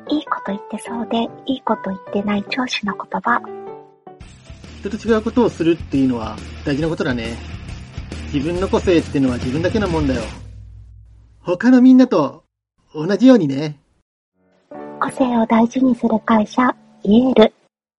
いいこと言ってそうで、いいこと言ってない上司の言葉。 人と違うことをするっていうのは大事なことだね。自分の個性ってのは自分だけのもんだよ。他のみんなと同じようにね。 個性を大事にする会社、イエール。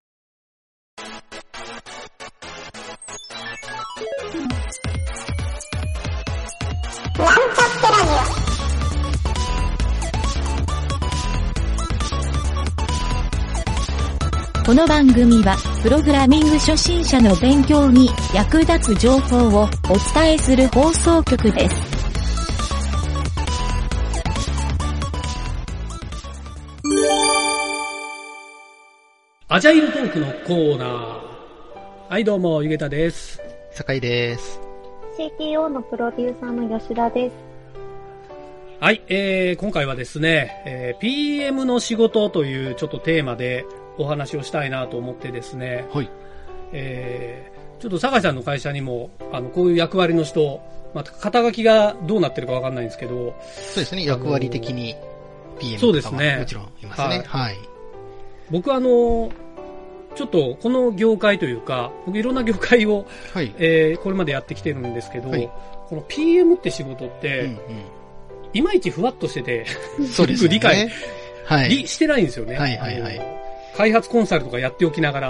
この番組は、プログラミング初心者の勉強に役立つ情報をお伝えする放送局です。 アジャイルトークのコーナー。はい、どうも、ゆげたです。 酒井です。 CTO のプロデューサーの吉田です。 はい、今回はですね、PM の仕事というちょっとテーマでお話をしたいなと思ってですね。 はい。 ちょっと酒井さんの会社にも、こういう役割の人、また肩書きがどうなってるかわかんないんですけど。 そうですね、役割的に PM そうですね。 もちろんいますね。はい。 僕ちょっとこの業界というか、僕いろんな業界を、はい、これまでやってきてるんですけど、はい、この PM って仕事って、いまいちふわっとしてて、 そうですね、 理解、 はい、 してないんですよね。 はいはいはい。 開発コンサルとかやっておきながら。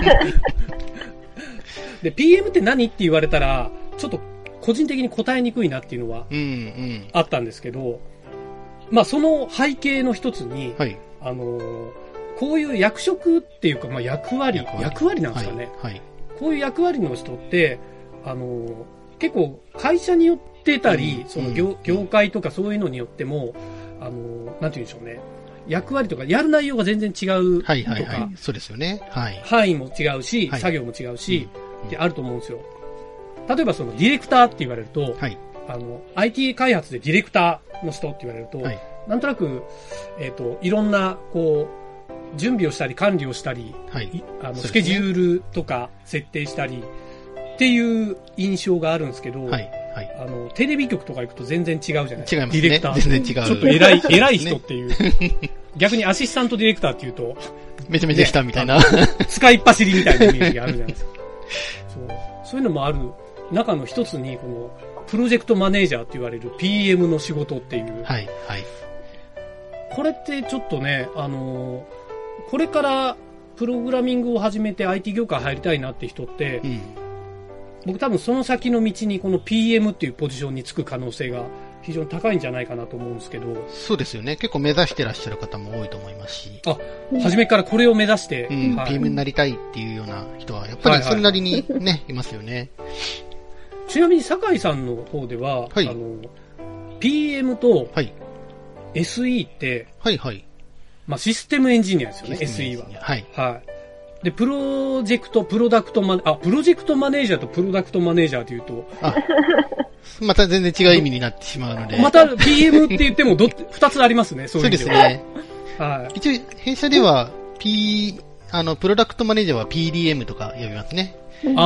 で、PM って何って言われたら、ちょっと個人的に答えにくいなっていうのはあったんですけど、まあその背景の一つに、はい、こういう役職っていうか、まあ役割なんですかね、はいはい。こういう役割の人って、結構会社によってたり、その業界とかそういうのによっても、なんて言うんでしょうね。役割とかやる内容が全然違うとか、はいはいはい、そうですよね。はい。範囲も違うし、はい、作業も違うし、ってあると思うんですよ。例えばそのディレクターって言われると、はい、IT 開発でディレクターの人って言われると、はい、なんとなく、いろんな、こう、準備をしたり管理をしたり、はい、スケジュールとか設定したりっていう印象があるんですけど、はいはい、テレビ局とか行くと全然違うじゃないですか。違いますね。ディレクター。全然違う。ちょっと偉い人っていう。逆にアシスタントディレクターっていうと、 めちゃめちゃしたみたいな。 使いっ走りみたいなイメージがあるじゃないですか。そういうのもある中の一つに、この、プロジェクトマネージャーって言われる PM の仕事っていう。はい、はい。これってちょっとね、これからプログラミングを始めて IT 業界入りたいなって人って、僕多分その先の道にこの PM っていうポジションにつく可能性が非常に高いんじゃないかなと思うんですけど。 そうですよね。結構目指してらっしゃる方も多いと思いますし。 初めからこれを目指して、 はい、PM になりたいっていうような人は、やっぱりそれなりにね、いますよね。 ちなみに酒井さんの方では、はい、PM と SE って、はいはい。まあ、システムエンジニアですよね、SE は。はい。はい。で、プロジェクトマネージャーとプロダクトマネージャーというと、 また全然違う意味になってしまうので。 また PM って言っても二つありますね、そういう意味では。そうですね。 はい。一応、弊社では、プロダクトマネージャーは PDM とか呼びますね。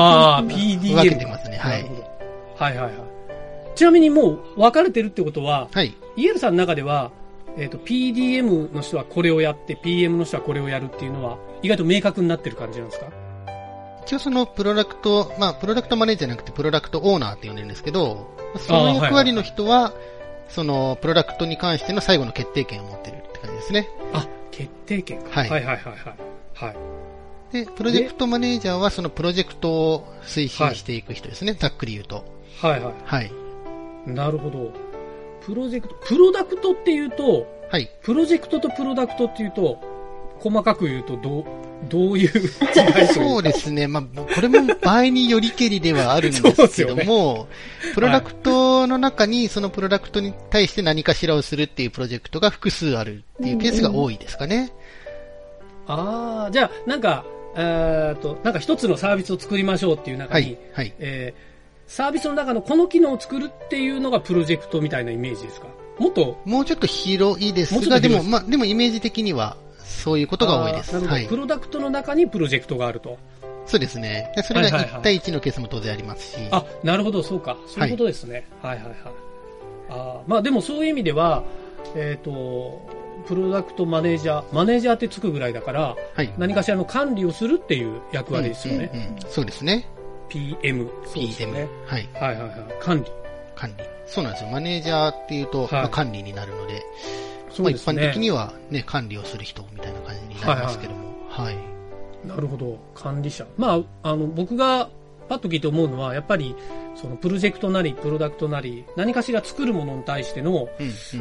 PDM。 分けてますね、はい。 はいはいはい。ちなみにもう分かれてるってことは、はい。イエルさんの中では、PDM の人はこれをやって、PM の人はこれをやるっていうのは、意外と明確になってる感じなんですか？ 一応そのプロダクトマネージャーじゃなくてプロダクトオーナーって呼んでるんですけど、その役割の人は、そのプロダクトに関しての最後の決定権を持ってるって感じですね。 決定権。はい。はいはいはいはい。はい。 で、プロジェクトマネージャーはそのプロジェクトを推進していく人ですね。ざっくり言うと。はいはい。はい。なるほど。プロダクトっていうと、はい。プロジェクトとプロダクトっていうと、細かく言うとどういう違いそうですね。まあ、これも場合によりけりではあるんですけども、ね、プロダクトの中にそのプロダクトに対して何かしらをするっていうプロジェクトが複数あるっていうケースが多いですかね。 じゃあ、なんか一つのサービスを作りましょうっていう中に、はい。サービスの中のこの機能を作るっていうのがプロジェクトみたいなイメージですか？もうちょっと広いですが、でもイメージ的にはそういうことが多いです。 なるほど、はい。プロダクトの中にプロジェクトがあると。 そうですね。それが1対1のケースも当然ありますし。 なるほど、そうか。そういうことですね。はいはいはい。まあでもそういう意味では、 プロダクトマネージャーってつくぐらいだから、はい、何かしらの管理をするっていう役割ですよね。 そうですね。 PM。そうですね。 はい。 はいはいはい。管理。 そうなんですよ。マネージャーっていうと、はい管理になるので、 そうですね。 一般的にはね、管理をする人みたいな感じになりますけども。はい。 なるほど。管理者。僕がパッと聞いて思うのは、やっぱり、そのプロジェクトなり、プロダクトなり、何かしら作るものに対しての、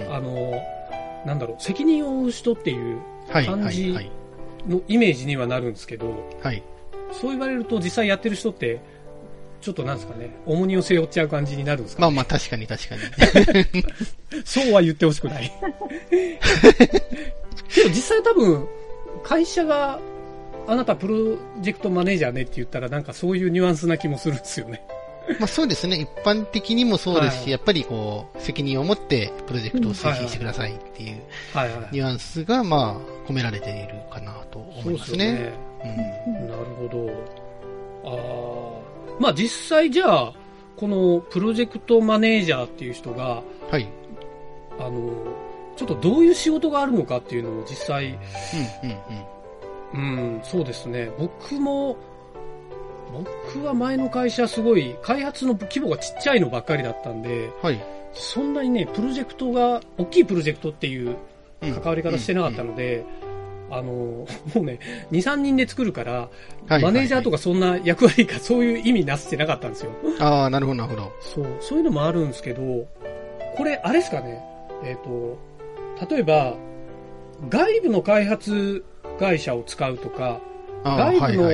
責任を負う人っていう感じのイメージにはなるんですけど、 はい。 そう言われると実際やってる人って、ちょっとなんですかね、重荷を背負っちゃう感じになるんですかね。 確かに。 そうは言ってほしくない。けど実際多分、会社が、あなたプロジェクトマネージャーねって言ったらなんかそういうニュアンスな気もするんですよね。 そうですね。一般的にもそうですし、はい、やっぱり責任を持ってプロジェクトを推進してくださいっていうニュアンスが込められているかなと思いますね。 なるほど。実際じゃあ、このプロジェクトマネージャーっていう人が、 はい。 ちょっとどういう仕事があるのかっていうのを実際、そうですね。僕は前の会社すごい開発の規模がちっちゃいのばっかりだったんで、 はい、 そんなにね、大きいプロジェクトっていう関わり方してなかったので、もうね、2、3人で作るから、マネージャーとかそんな役割がそういう意味なしてなかったんですよ。 ああ、なるほど、なるほど。 そういうのもあるんですけど、これ、あれですかね、例えば、外部の開発会社を使うとか、外部の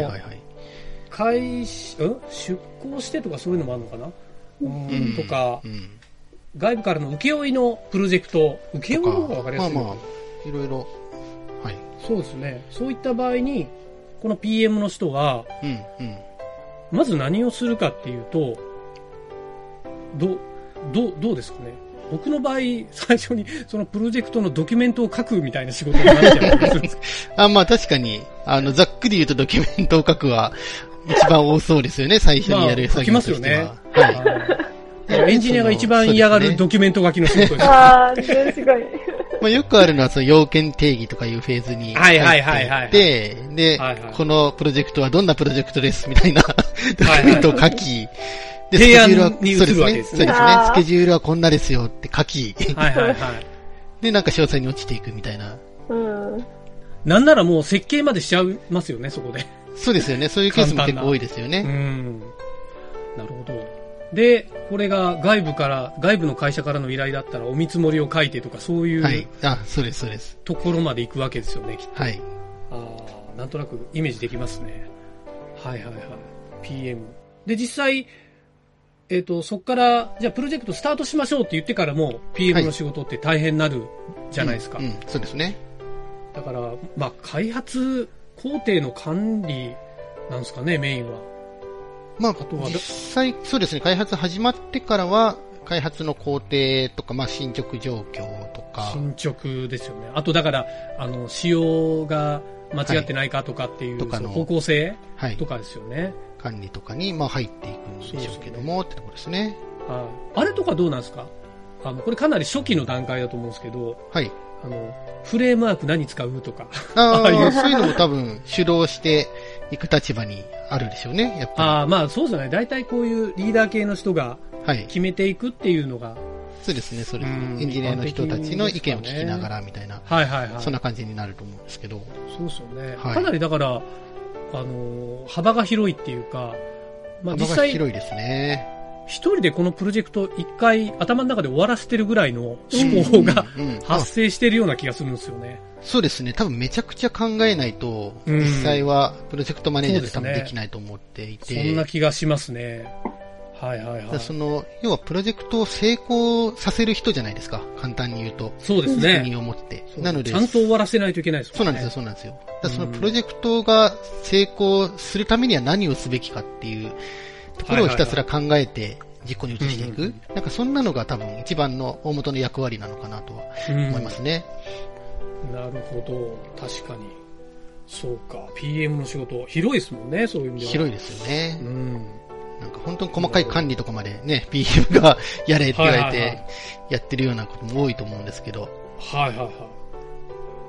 出向してとかそういうのもあるのかな、とか、外部からの請負のプロジェクト、請負の方が分かりやすいのかな。 いろいろ。はい。 そうですね。そういった場合に、この PM の人は、まず何をするかっていうと、どうですかね。僕の場合、最初にそのプロジェクトのドキュメントを書くみたいな仕事になっちゃう気がするんです確かに、ざっくり言うとドキュメントを書くは一番多そうですよね、最初にやる作業としては。書きますよね。 はい。エンジニアが一番嫌がるドキュメント書きの仕事です。 確かに。 よくあるのはその要件定義とかいうフェーズに入っていって、で、このプロジェクトはどんなプロジェクトですみたいなドキュメントを書き、 で、提案に移るわけですね。 そうですね。スケジュールはこんなですよって書き。で、なんか詳細に落ちていくみたいな。 なんならもう設計までしちゃいますよね、そこで。 そうですよね。そういうケースも結構多いですよね。 なるほど。で、これが外部の会社からの依頼だったらお見積もりを書いてとかそういう。 はい。そうです。 ところまで行くわけですよね、きっと。 はい。 なんとなくイメージできますね。PM。で、実際、そっから、じゃあプロジェクトスタートしましょうって言ってからも PM の仕事って大変になるじゃないですか。 そうですね。 だから、開発工程の管理なんですかね、メインは。 実際、そうですね、開発始まってからは、開発の工程とか、進捗状況とか。 進捗ですよね。あと、だから、仕様が間違ってないかとかっていう、方向性とかですよね。 管理とかに、入っていくんでしょうけども、ってところですね。 あれとかどうなんですか？これかなり初期の段階だと思うんですけど、 はい。 フレームワーク何使うとか。 そういうのも多分、主導していく立場にあるでしょうね、やっぱり。そうですね。大体こういうリーダー系の人が決めていくっていうのが。 そうですね、そうですね。エンジニアの人たちの意見を聞きながらみたいな。そんな感じになると思うんですけど。 そうですよね。かなりだから、幅が広いっていうか、 実際、幅が広いですね。 一人でこのプロジェクト一回頭の中で終わらせてるぐらいの思考が発生してるような気がするんですよね。 そうですね。多分めちゃくちゃ考えないと、実際はプロジェクトマネージャーで多分できないと思っていて。 そんな気がしますね。 要はプロジェクトを成功させる人じゃないですか。簡単に言うと。 そうですね。 責任を持って。なので。 ちゃんと終わらせないといけないですもんね。 そうなんですよ。そのプロジェクトが成功するためには何をすべきかっていうところをひたすら考えて実行に移していく。なんかそんなのが多分一番の大元の役割なのかなとは思いますね。 なるほど。確かに。そうか。PM の仕事、広いですもんね、そういう意味では。 広いですよね。なんか本当に細かい管理とかまでね、PM がやれって言われてやってるようなことも多いと思うんですけど。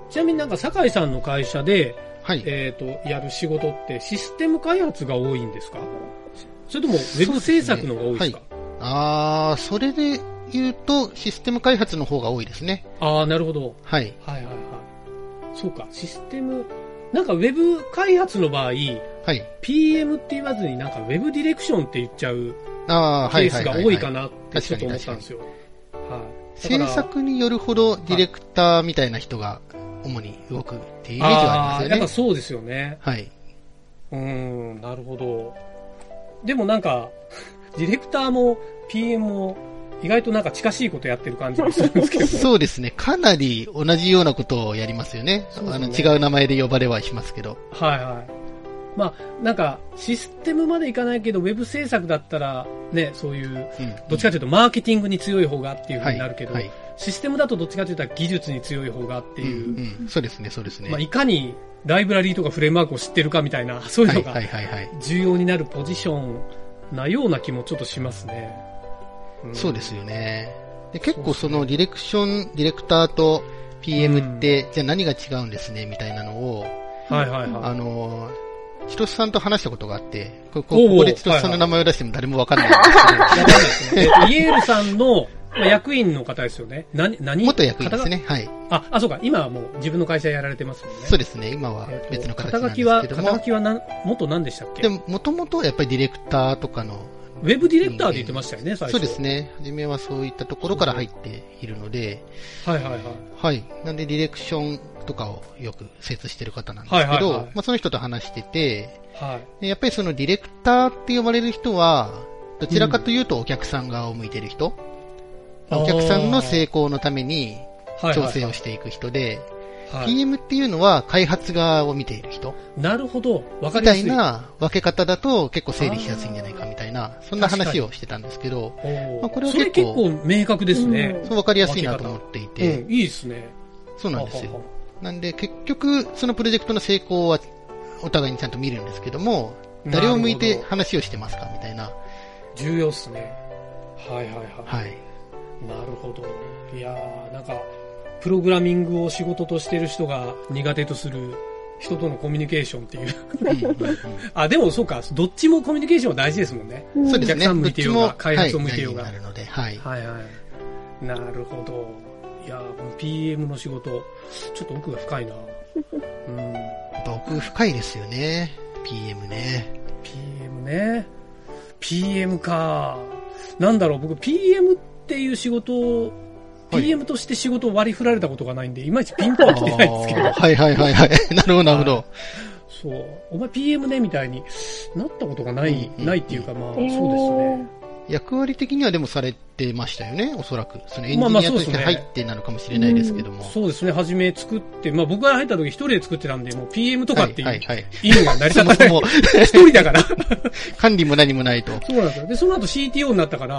ちなみになんか酒井さんの会社で、 はい。 やる仕事ってシステム開発が多いんですか？それともウェブ制作の方が多いですか？ はい。それで言うと、システム開発の方が多いですね。 ああ、なるほど。 はい。 はいはいはい。そうか、システム、なんかウェブ開発の場合、はい。PM って言わずになんかウェブディレクションって言っちゃうケースが多いかなってちょっと思ったんですよ。はい。 制作によるほどディレクターみたいな人が主に動くっていうイメージはありますよね。 やっぱそうですよね。 はい。 なるほど。でもなんか、ディレクターも PM も意外となんか近しいことやってる感じがするんですけど。 そうですね。かなり同じようなことをやりますよね。違う名前で呼ばれはしますけど。 はいはい。まあ、なんか、システムまでいかないけど、ウェブ制作だったら、ね、そういう、どっちかというと、マーケティングに強い方がっていう風になるけど、はいはい、システムだとどっちかというと、技術に強い方がっていう。 そうですね、そうですね。 まあ、いかにライブラリーとかフレームワークを知ってるかみたいな、そういうのが重要になるポジションなような気もちょっとしますね。 そうですよね。で結構そのディレクターと PM って、じゃあ何が違うんですね、みたいなのを、 はいはいはい。 千歳さんと話したことがあって、ここで千歳さんの名前を出しても誰もわかんないんですけど。 イエールさんの役員の方ですよね。 元役員ですね。はい。 そうか。今はもう自分の会社やられてますもんね。 そうですね。今は別の形なんですけども。 肩書きは元何でしたっけ？ でも、もともとやっぱりディレクターとかの。 ウェブディレクターで言ってましたよね、最初。 そうですね。初めはそういったところから入っているので。 はいはいはい。 はい。なんでディレクションとかをよく精通してる方なんですけど、はいはいはい、まあその人と話してて、はい、やっぱりそのディレクターって呼ばれる人は、どちらかというとお客さん側を向いてる人、お客さんの成功のために調整をしていく人で、はいはいはい、PM っていうのは開発側を見ている人。 なるほど。わかりやすい。 みたいな分け方だと結構整理しやすいんじゃないかみたいな、そんな話をしてたんですけど、 まあ、これは結構明確ですね。 そう分かりやすいなと思っていて。 いいですね。 そうなんですよ。なんで結局そのプロジェクトの成功はお互いにちゃんと見るんですけども、誰を向いて話をしてますかみたいな。 重要っすね。はいはいはい。 はい。 なるほど。いやー、なんか、プログラミングを仕事としている人が苦手とする人とのコミュニケーションっていうでもそうか、どっちもコミュニケーションは大事ですもんね。 そうですね。 お客さん向いてようが、開発を向いてようが。 はい、 はいはい。なるほど。いやー、PM の仕事、ちょっと奥が深いな。 奥深いですよね。PM ね。 PM ね。PM か。なんだろう、僕 PM っていう仕事を、PM として仕事を割り振られたことがないんで、いまいちピンとは来てないんですけど。 はいはいはいはい。なるほどなるほど。 そう。お前 PM ねみたいになったことがない、ないっていうか、まあ、そうですね。 役割的にはでもされてましたよね、おそらく。そのエンジニアとして入ってなのかもしれないですけども。 そうですね、初め作って、まあ僕が入った時一人で作ってたんで、もう PM とかっていう意味が成り立たない。一人だから。 管理も何もないと。 そうなんですよ。で、その後 CTO になったから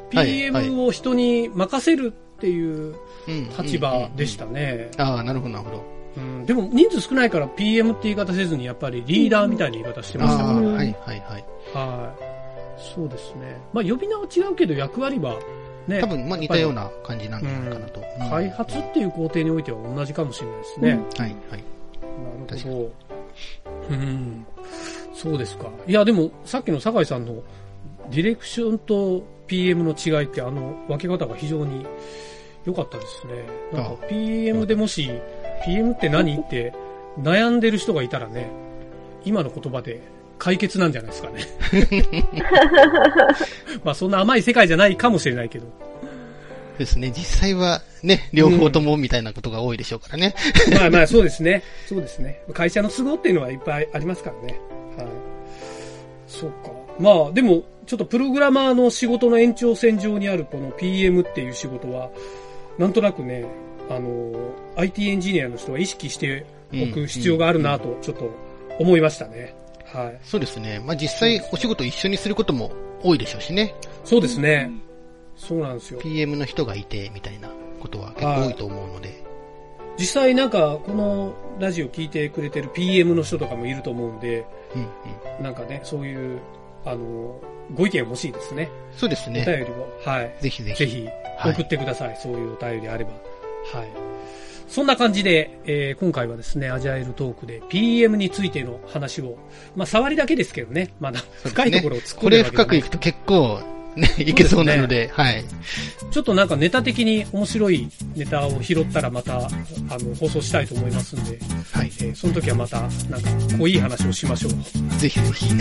、PM を人に任せるっていう立場でしたね。 ああ、なるほどなるほど。 でも人数少ないから PM って言い方せずに、やっぱりリーダーみたいな言い方してましたから。 はいはいはい。 はい。そうですね。まあ呼び名は違うけど役割はね。 多分まあ似たような感じなんじゃないかなと。 開発っていう工程においては同じかもしれないですね。 はいはい。 なるほど。そうですか。いやでもさっきの酒井さんのディレクションと PM の違いって分け方が非常に良かったですね。なんか PM でもし PM って何って悩んでる人がいたらね、今の言葉で解決なんじゃないですかね。まあそんな甘い世界じゃないかもしれないけど。 ですね。実際はね、両方ともみたいなことが多いでしょうからね。 まあまあそうですね。そうですね。会社の都合っていうのはいっぱいありますからね。はい。そうか。まあでもちょっとプログラマーの仕事の延長線上にあるこの PM っていう仕事はなんとなくね、IT エンジニアの人は意識しておく必要があるなとちょっと思いましたね。はい。 そうですね。まあ実際お仕事一緒にすることも多いでしょうしね。 そうですね。そうなんですよ。 PM の人がいてみたいなことは結構多いと思うので。 実際なんかこのラジオ聞いてくれてる PM の人とかもいると思うんで、なんかね、そういうご意見欲しいですね。 そうですね。 お便りを、はい。 ぜひぜひ。 送ってください。そういうお便りあれば。はい。 そんな感じで、今回はですね、アジャイルトークで PM についての話を、まあ、触りだけですけどね、まだ深いところを突っ込んでるわけじゃない。 これ深くいくと結構、ね、いけそうなので、はい。 ちょっとなんかネタ的に面白いネタを拾ったらまた、放送したいと思いますんで、はい。その時はまた、なんか、濃い話をしましょう。 ぜひぜひ。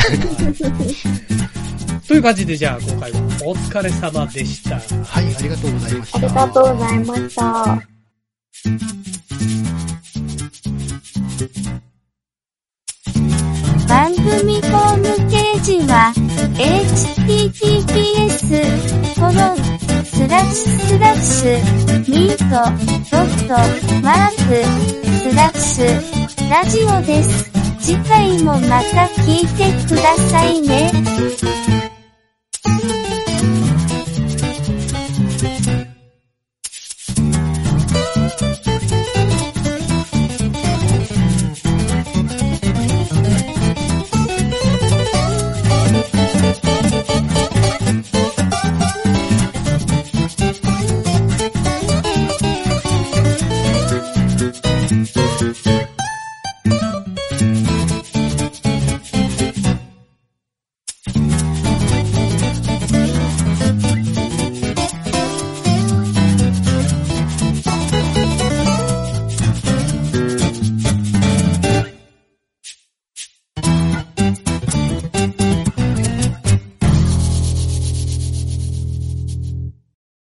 という感じで、じゃあ今回はお疲れ様でした。 はい、ありがとうございました。 ありがとうございました。 番組ホームページは https://meet.mark/ラジオです。次回もまた聞いてくださいね。